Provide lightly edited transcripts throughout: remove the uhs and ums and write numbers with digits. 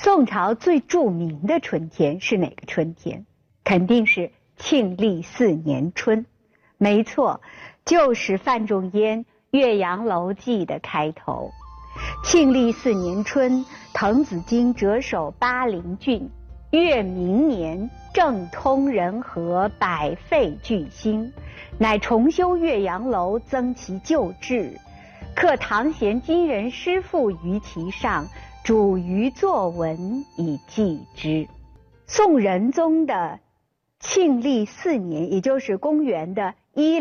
宋朝最著名的春天是哪个春天？肯定是庆历4年春。没错，就是范仲淹《岳阳楼记》的开头。庆历4年春，滕子京谪守巴陵郡。越明年，政通人和，百废具兴，乃重修岳阳楼，增其旧制，刻唐贤今人诗赋于其上，主于作文以记之。宋仁宗的庆历4年，也就是公元的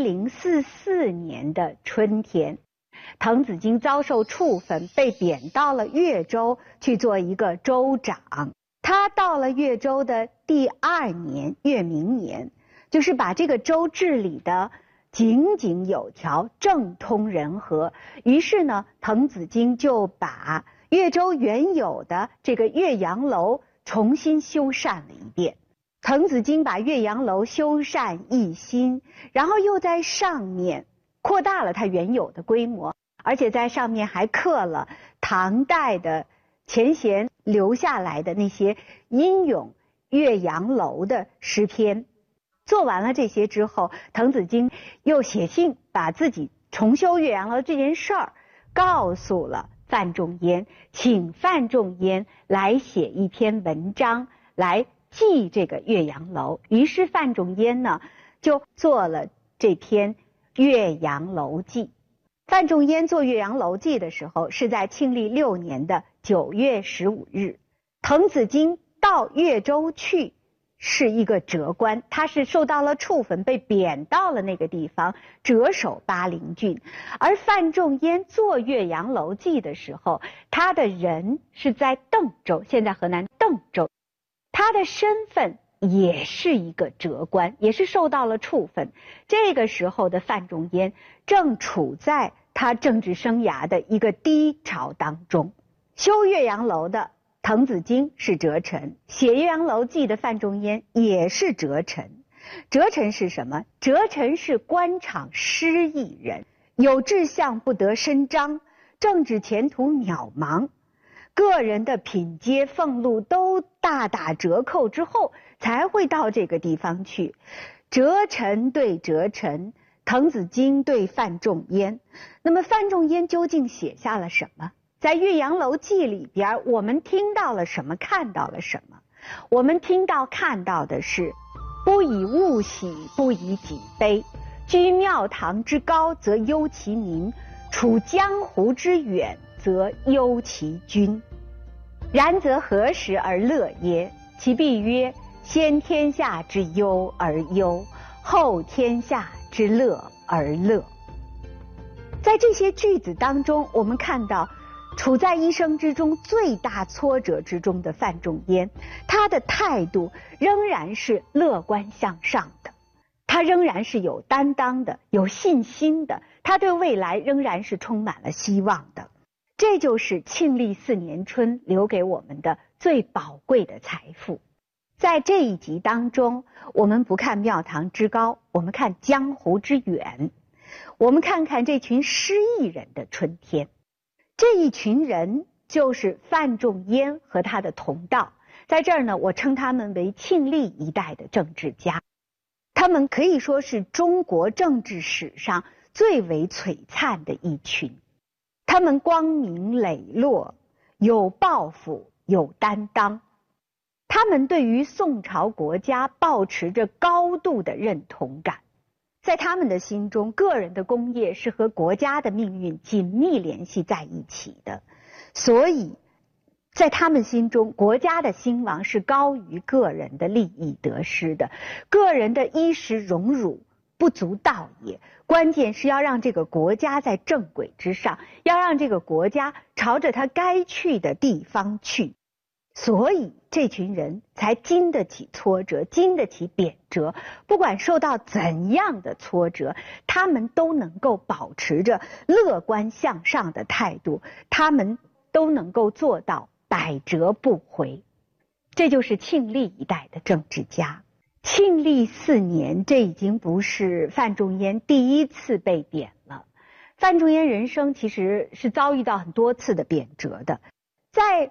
1044年的春天，滕子京遭受处分，被贬到了越州去做一个州长。他到了越州的第2年，越明年，就是把这个州治理的井井有条，政通人和。于是呢，滕子京就把越州原有的这个岳阳楼重新修缮了一遍。滕子京把岳阳楼修缮一新，然后又在上面扩大了它原有的规模，而且在上面还刻了唐代的钱贤留下来的那些吟咏岳阳楼的诗篇。做完了这些之后，滕子京又写信把自己重修岳阳楼这件事儿告诉了范仲淹，请范仲淹来写一篇文章来记这个岳阳楼。于是范仲淹呢就做了这篇《岳阳楼记》。范仲淹做《岳阳楼记》的时候是在庆历6年的9月15日。滕子京到越州去是一个谪官，他是受到了处分，被贬到了那个地方谪守巴陵郡。而范仲淹做《岳阳楼记》的时候，他的人是在邓州，现在河南邓州，他的身份也是一个谪官，也是受到了处分。这个时候的范仲淹正处在他政治生涯的一个低潮当中。修岳阳楼的滕子京是谪臣，写《岳阳楼记》的范仲淹也是谪臣。谪臣是什么？谪臣是官场失意人，有志向不得伸张，政治前途渺茫，个人的品阶俸禄都大打折扣之后才会到这个地方去。谪臣对谪臣，滕子京对范仲淹。那么范仲淹究竟写下了什么？在《岳阳楼记》里边，我们听到了什么？看到了什么？我们听到看到的是：不以物喜，不以己悲。居庙堂之高，则忧其民；处江湖之远，则忧其君。然则何时而乐耶？其必曰：先天下之忧而忧，后天下之乐而乐。在这些句子当中，我们看到处在一生之中最大挫折之中的范仲淹，他的态度仍然是乐观向上的，他仍然是有担当的，有信心的，他对未来仍然是充满了希望的。这就是庆历4年春留给我们的最宝贵的财富。在这一集当中，我们不看庙堂之高，我们看江湖之远，我们看看这群失意人的春天。这一群人就是范仲淹和他的同道，在这儿呢，我称他们为庆历一代的政治家。他们可以说是中国政治史上最为璀璨的一群。他们光明磊落，有抱负，有担当。他们对于宋朝国家抱持着高度的认同感。在他们的心中，个人的功业是和国家的命运紧密联系在一起的，所以在他们心中，国家的兴亡是高于个人的利益得失的。个人的衣食荣辱不足道也，关键是要让这个国家在正轨之上，要让这个国家朝着它该去的地方去。所以这群人才经得起挫折，经得起贬谪，不管受到怎样的挫折，他们都能够保持着乐观向上的态度，他们都能够做到百折不回。这就是庆历一代的政治家。庆历4年，这已经不是范仲淹第一次被贬了。范仲淹人生其实是遭遇到很多次的贬谪的。在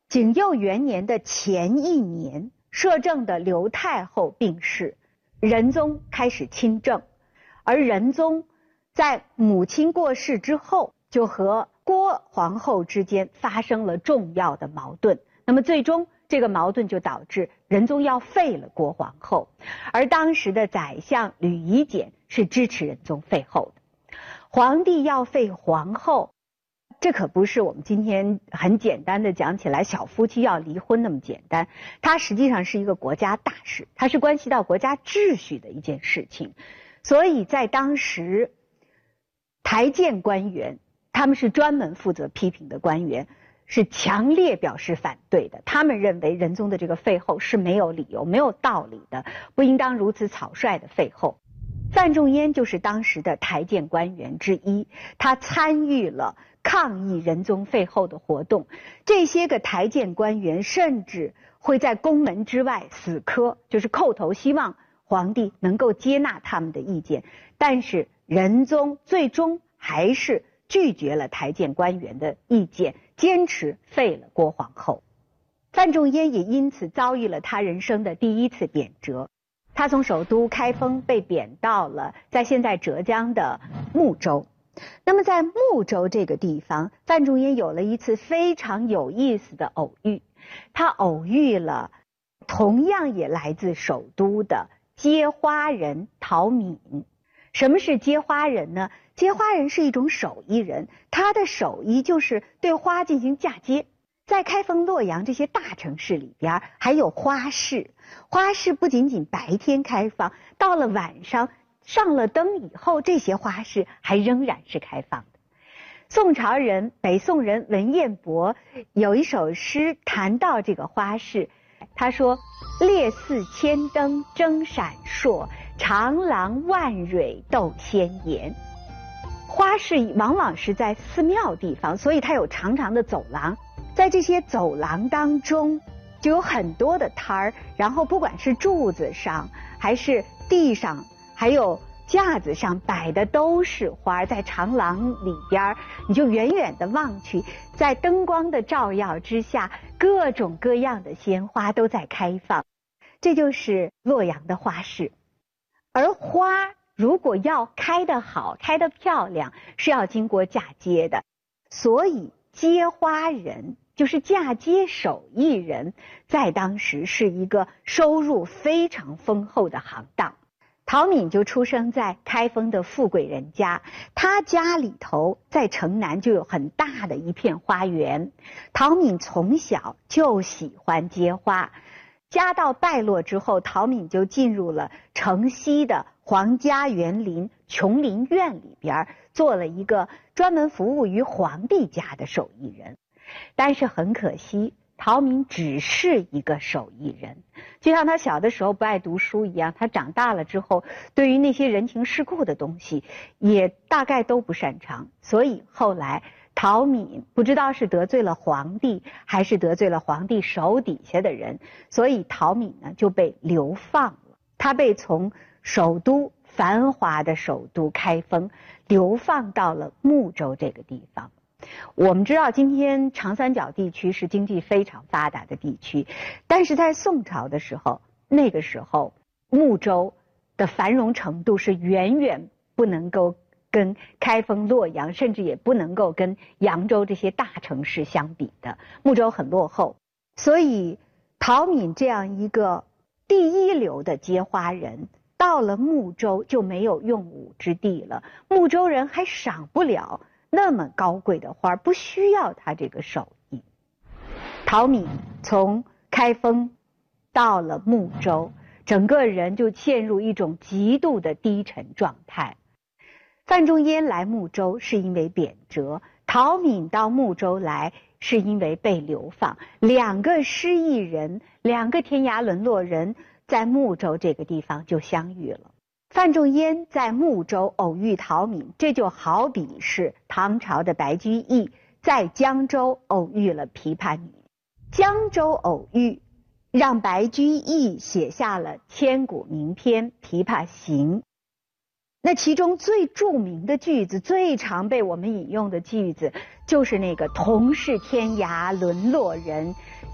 景佑元年的前一年，摄政的刘太后病逝，仁宗开始亲政，而仁宗在母亲过世之后，就和郭皇后之间发生了重要的矛盾。那么最终这个矛盾就导致仁宗要废了郭皇后，而当时的宰相吕夷简是支持仁宗废后的。皇帝要废皇后，这可不是我们今天很简单的讲起来小夫妻要离婚那么简单，它实际上是一个国家大事，它是关系到国家秩序的一件事情。所以在当时，台谏官员，他们是专门负责批评的官员，是强烈表示反对的。他们认为仁宗的这个废后是没有理由、没有道理的，不应当如此草率的废后。范仲淹就是当时的台谏官员之一，他参与了抗议仁宗废后的活动。这些个台谏官员甚至会在宫门之外死磕，就是叩头希望皇帝能够接纳他们的意见。但是仁宗最终还是拒绝了台谏官员的意见，坚持废了郭皇后。范仲淹也因此遭遇了他人生的第一次贬谪。他从首都开封被贬到了在现在浙江的睦州。那么在睦州这个地方，范仲淹有了一次非常有意思的偶遇。他偶遇了同样也来自首都的接花人陶敏。什么是接花人呢？接花人是一种手艺人，他的手艺就是对花进行嫁接。在开封、洛阳这些大城市里边还有花市，花市不仅仅白天开放，到了晚上上了灯以后，这些花市还仍然是开放的。宋朝人北宋人文彦博有一首诗谈到这个花市，他说：烈似千灯争闪烁，长廊万蕊斗鲜妍。花市往往是在寺庙地方，所以它有长长的走廊，在这些走廊当中就有很多的摊儿，然后不管是柱子上还是地上还有架子上摆的都是花。在长廊里边你就远远的望去，在灯光的照耀之下，各种各样的鲜花都在开放，这就是洛阳的花市。而花如果要开得好、开得漂亮，是要经过嫁接的，所以接花人就是嫁接手艺人，在当时是一个收入非常丰厚的行当。陶敏就出生在开封的富贵人家，他家里头在城南就有很大的一片花园。陶敏从小就喜欢接花，家道败落之后，陶敏就进入了城西的皇家园林琼林院里边，做了一个专门服务于皇帝家的手艺人。但是很可惜，陶敏只是一个手艺人，就像他小的时候不爱读书一样，他长大了之后对于那些人情世故的东西也大概都不擅长。所以后来陶敏不知道是得罪了皇帝还是得罪了皇帝手底下的人，所以陶敏呢就被流放了。他被从首都繁华的首都开封流放到了睦州这个地方。我们知道今天长三角地区是经济非常发达的地区，但是在宋朝的时候，那个时候睦州的繁荣程度是远远不能够跟开封、洛阳，甚至也不能够跟扬州这些大城市相比的。睦州很落后，所以陶敏这样一个第一流的接花人到了睦州就没有用武之地了。睦州人还赏不了那么高贵的花，不需要他这个手艺。陶敏从开封到了睦州，整个人就陷入一种极度的低沉状态。范仲淹来睦州是因为贬谪，陶敏到睦州来是因为被流放。两个失意人，两个天涯沦落人，在睦州这个地方就相遇了。范仲淹在睦州偶遇陶敏，这就好比是唐朝的白居易在江州偶遇了琵琶女。江州偶遇让白居易写下了千古名篇《琵琶行》。那其中最著名的句子，最常被我们引用的句子，就是那个同是天涯沦落人，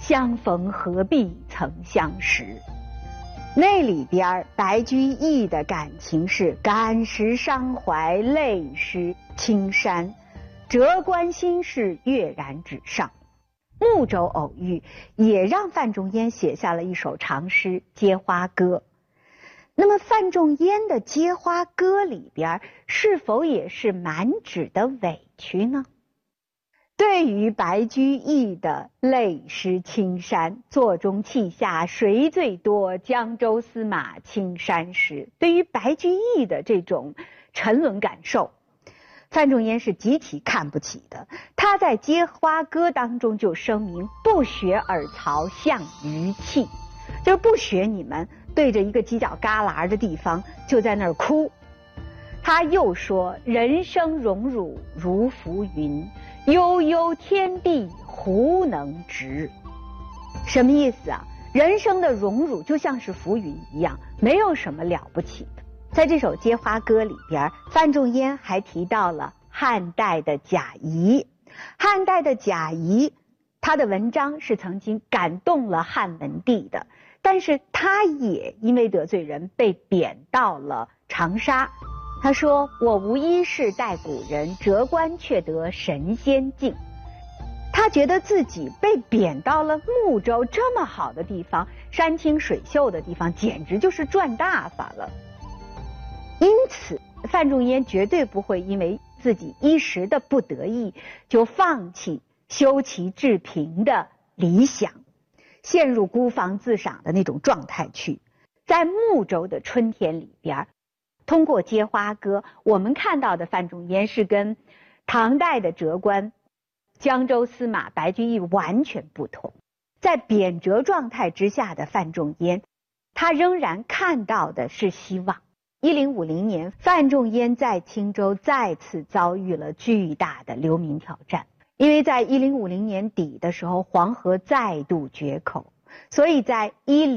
相逢何必曾相识。那里边白居易的感情是感时伤怀泪湿青衫，折关心事跃然纸上。睦州偶遇也让范仲淹写下了一首长诗《接花歌》。那么范仲淹的《接花歌》里边是否也是满纸的委屈呢？对于白居易的泪湿青衫，座中泣下谁最多，江州司马青衫湿，对于白居易的这种沉沦感受，范仲淹是极其看不起的。他在《接花歌》当中就声明不学尔曹向余泣，就是不学你们对着一个犄角旮旯的地方就在那儿哭。他又说人生荣辱如浮云，悠悠天地胡能直。什么意思啊？人生的荣辱就像是浮云一样，没有什么了不起的。在这首《接花歌》里边，范仲淹还提到了汉代的贾谊。汉代的贾谊，他的文章是曾经感动了汉文帝的，但是他也因为得罪人被贬到了长沙。他说我无一事待古人，谪官却得神仙境。他觉得自己被贬到了睦州这么好的地方，山清水秀的地方，简直就是赚大发了。因此范仲淹绝对不会因为自己一时的不得意就放弃修齐治平的理想，陷入孤芳自赏的那种状态去。在睦州的春天里边，通过《接花歌》，我们看到的范仲淹是跟唐代的谪官江州司马白居易完全不同。在贬谪状态之下的范仲淹，他仍然看到的是希望。1050年，范仲淹在青州再次遭遇了巨大的流民挑战，因为在1050年底的时候，黄河再度决口，所以在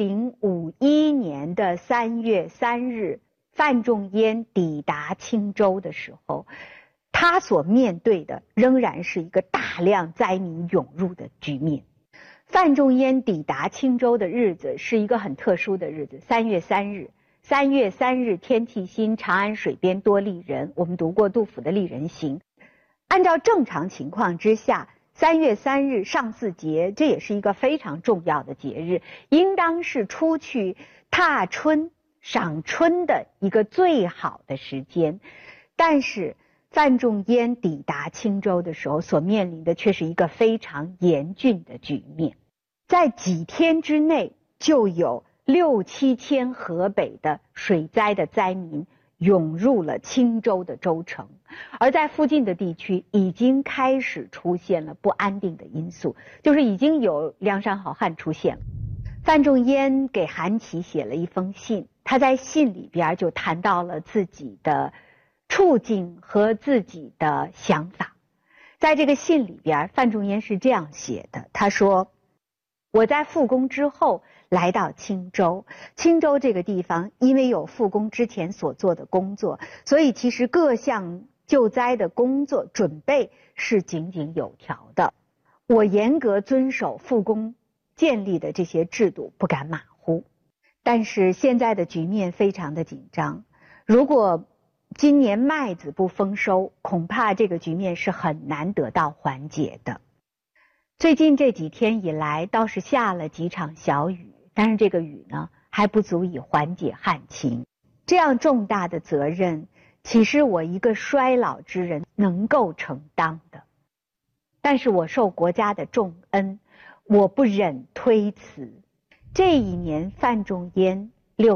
1051年的3月3日，范仲淹抵达青州的时候，他所面对的仍然是一个大量灾民涌入的局面。范仲淹抵达青州的日子是一个很特殊的日子，3月3日。3月3日天气新，长安水边多丽人。我们读过杜甫的《丽人行》。按照正常情况之下，3月3日上巳节，这也是一个非常重要的节日，应当是出去踏春赏春的一个最好的时间。但是范仲淹抵达青州的时候，所面临的却是一个非常严峻的局面。在几天之内，就有6、7千河北的水灾的灾民涌入了青州的州城，而在附近的地区已经开始出现了不安定的因素，就是已经有梁山好汉出现了。范仲淹给韩琦写了一封信，他在信里边就谈到了自己的处境和自己的想法。在这个信里边，范仲淹是这样写的，他说我在复工之后来到青州，青州这个地方因为有复工之前所做的工作，所以其实各项救灾的工作准备是井井有条的。我严格遵守复工建立的这些制度，不敢马虎。但是现在的局面非常的紧张，如果今年麦子不丰收，恐怕这个局面是很难得到缓解的。最近这几天以来倒是下了几场小雨，但是这个雨呢还不足以缓解旱情。这样重大的责任，岂是我一个衰老之人能够承担的？但是我受国家的重恩，我不忍推辞。这一年范仲淹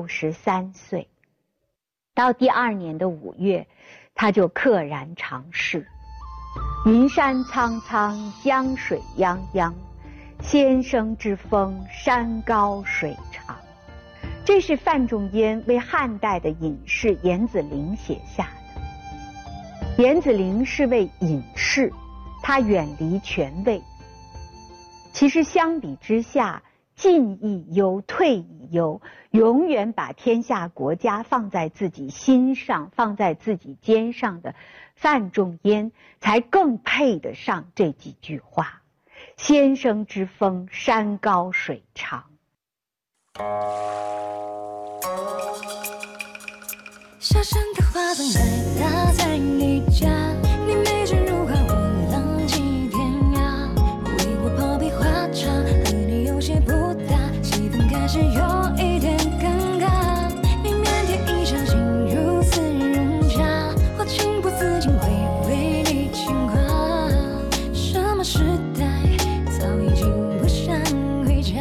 63岁，到第2年的5月，他就溘然长逝。云山苍苍，江水泱泱，先生之风，山高水长。这是范仲淹为汉代的隐士严子陵写下的。严子陵是位隐士，他远离权位。其实相比之下，进亦忧，退亦忧，永远把天下国家放在自己心上，放在自己肩上的范仲淹才更配得上这几句话。 先生之风，山高水长。 小山的花灯还打在你家，你美人如画，我浪迹天涯。为我泡杯花茶，和你有些不搭，气氛开始有一点尴尬。你腼腆一场心如此融洽，我情不自禁会为你牵挂。什么时代早已经不想回家。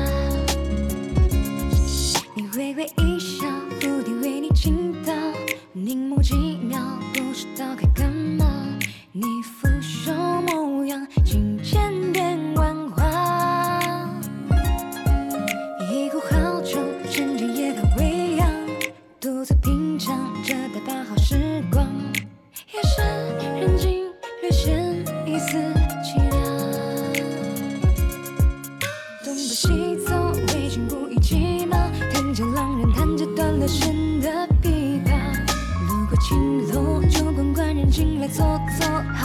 你微微一笑，蝴蝶为你倾倒，凝眸几秒，不知道该干嘛。你腐朽模样，渐渐变万花。一壶好酒，趁着夜高微扬，独自品尝着大把好时光。夜深人静，略显一丝凄凉。东奔西走，未经不一骑马，天降浪人弹着断了弦的琵琶。路过青楼，酒馆官人进来坐坐。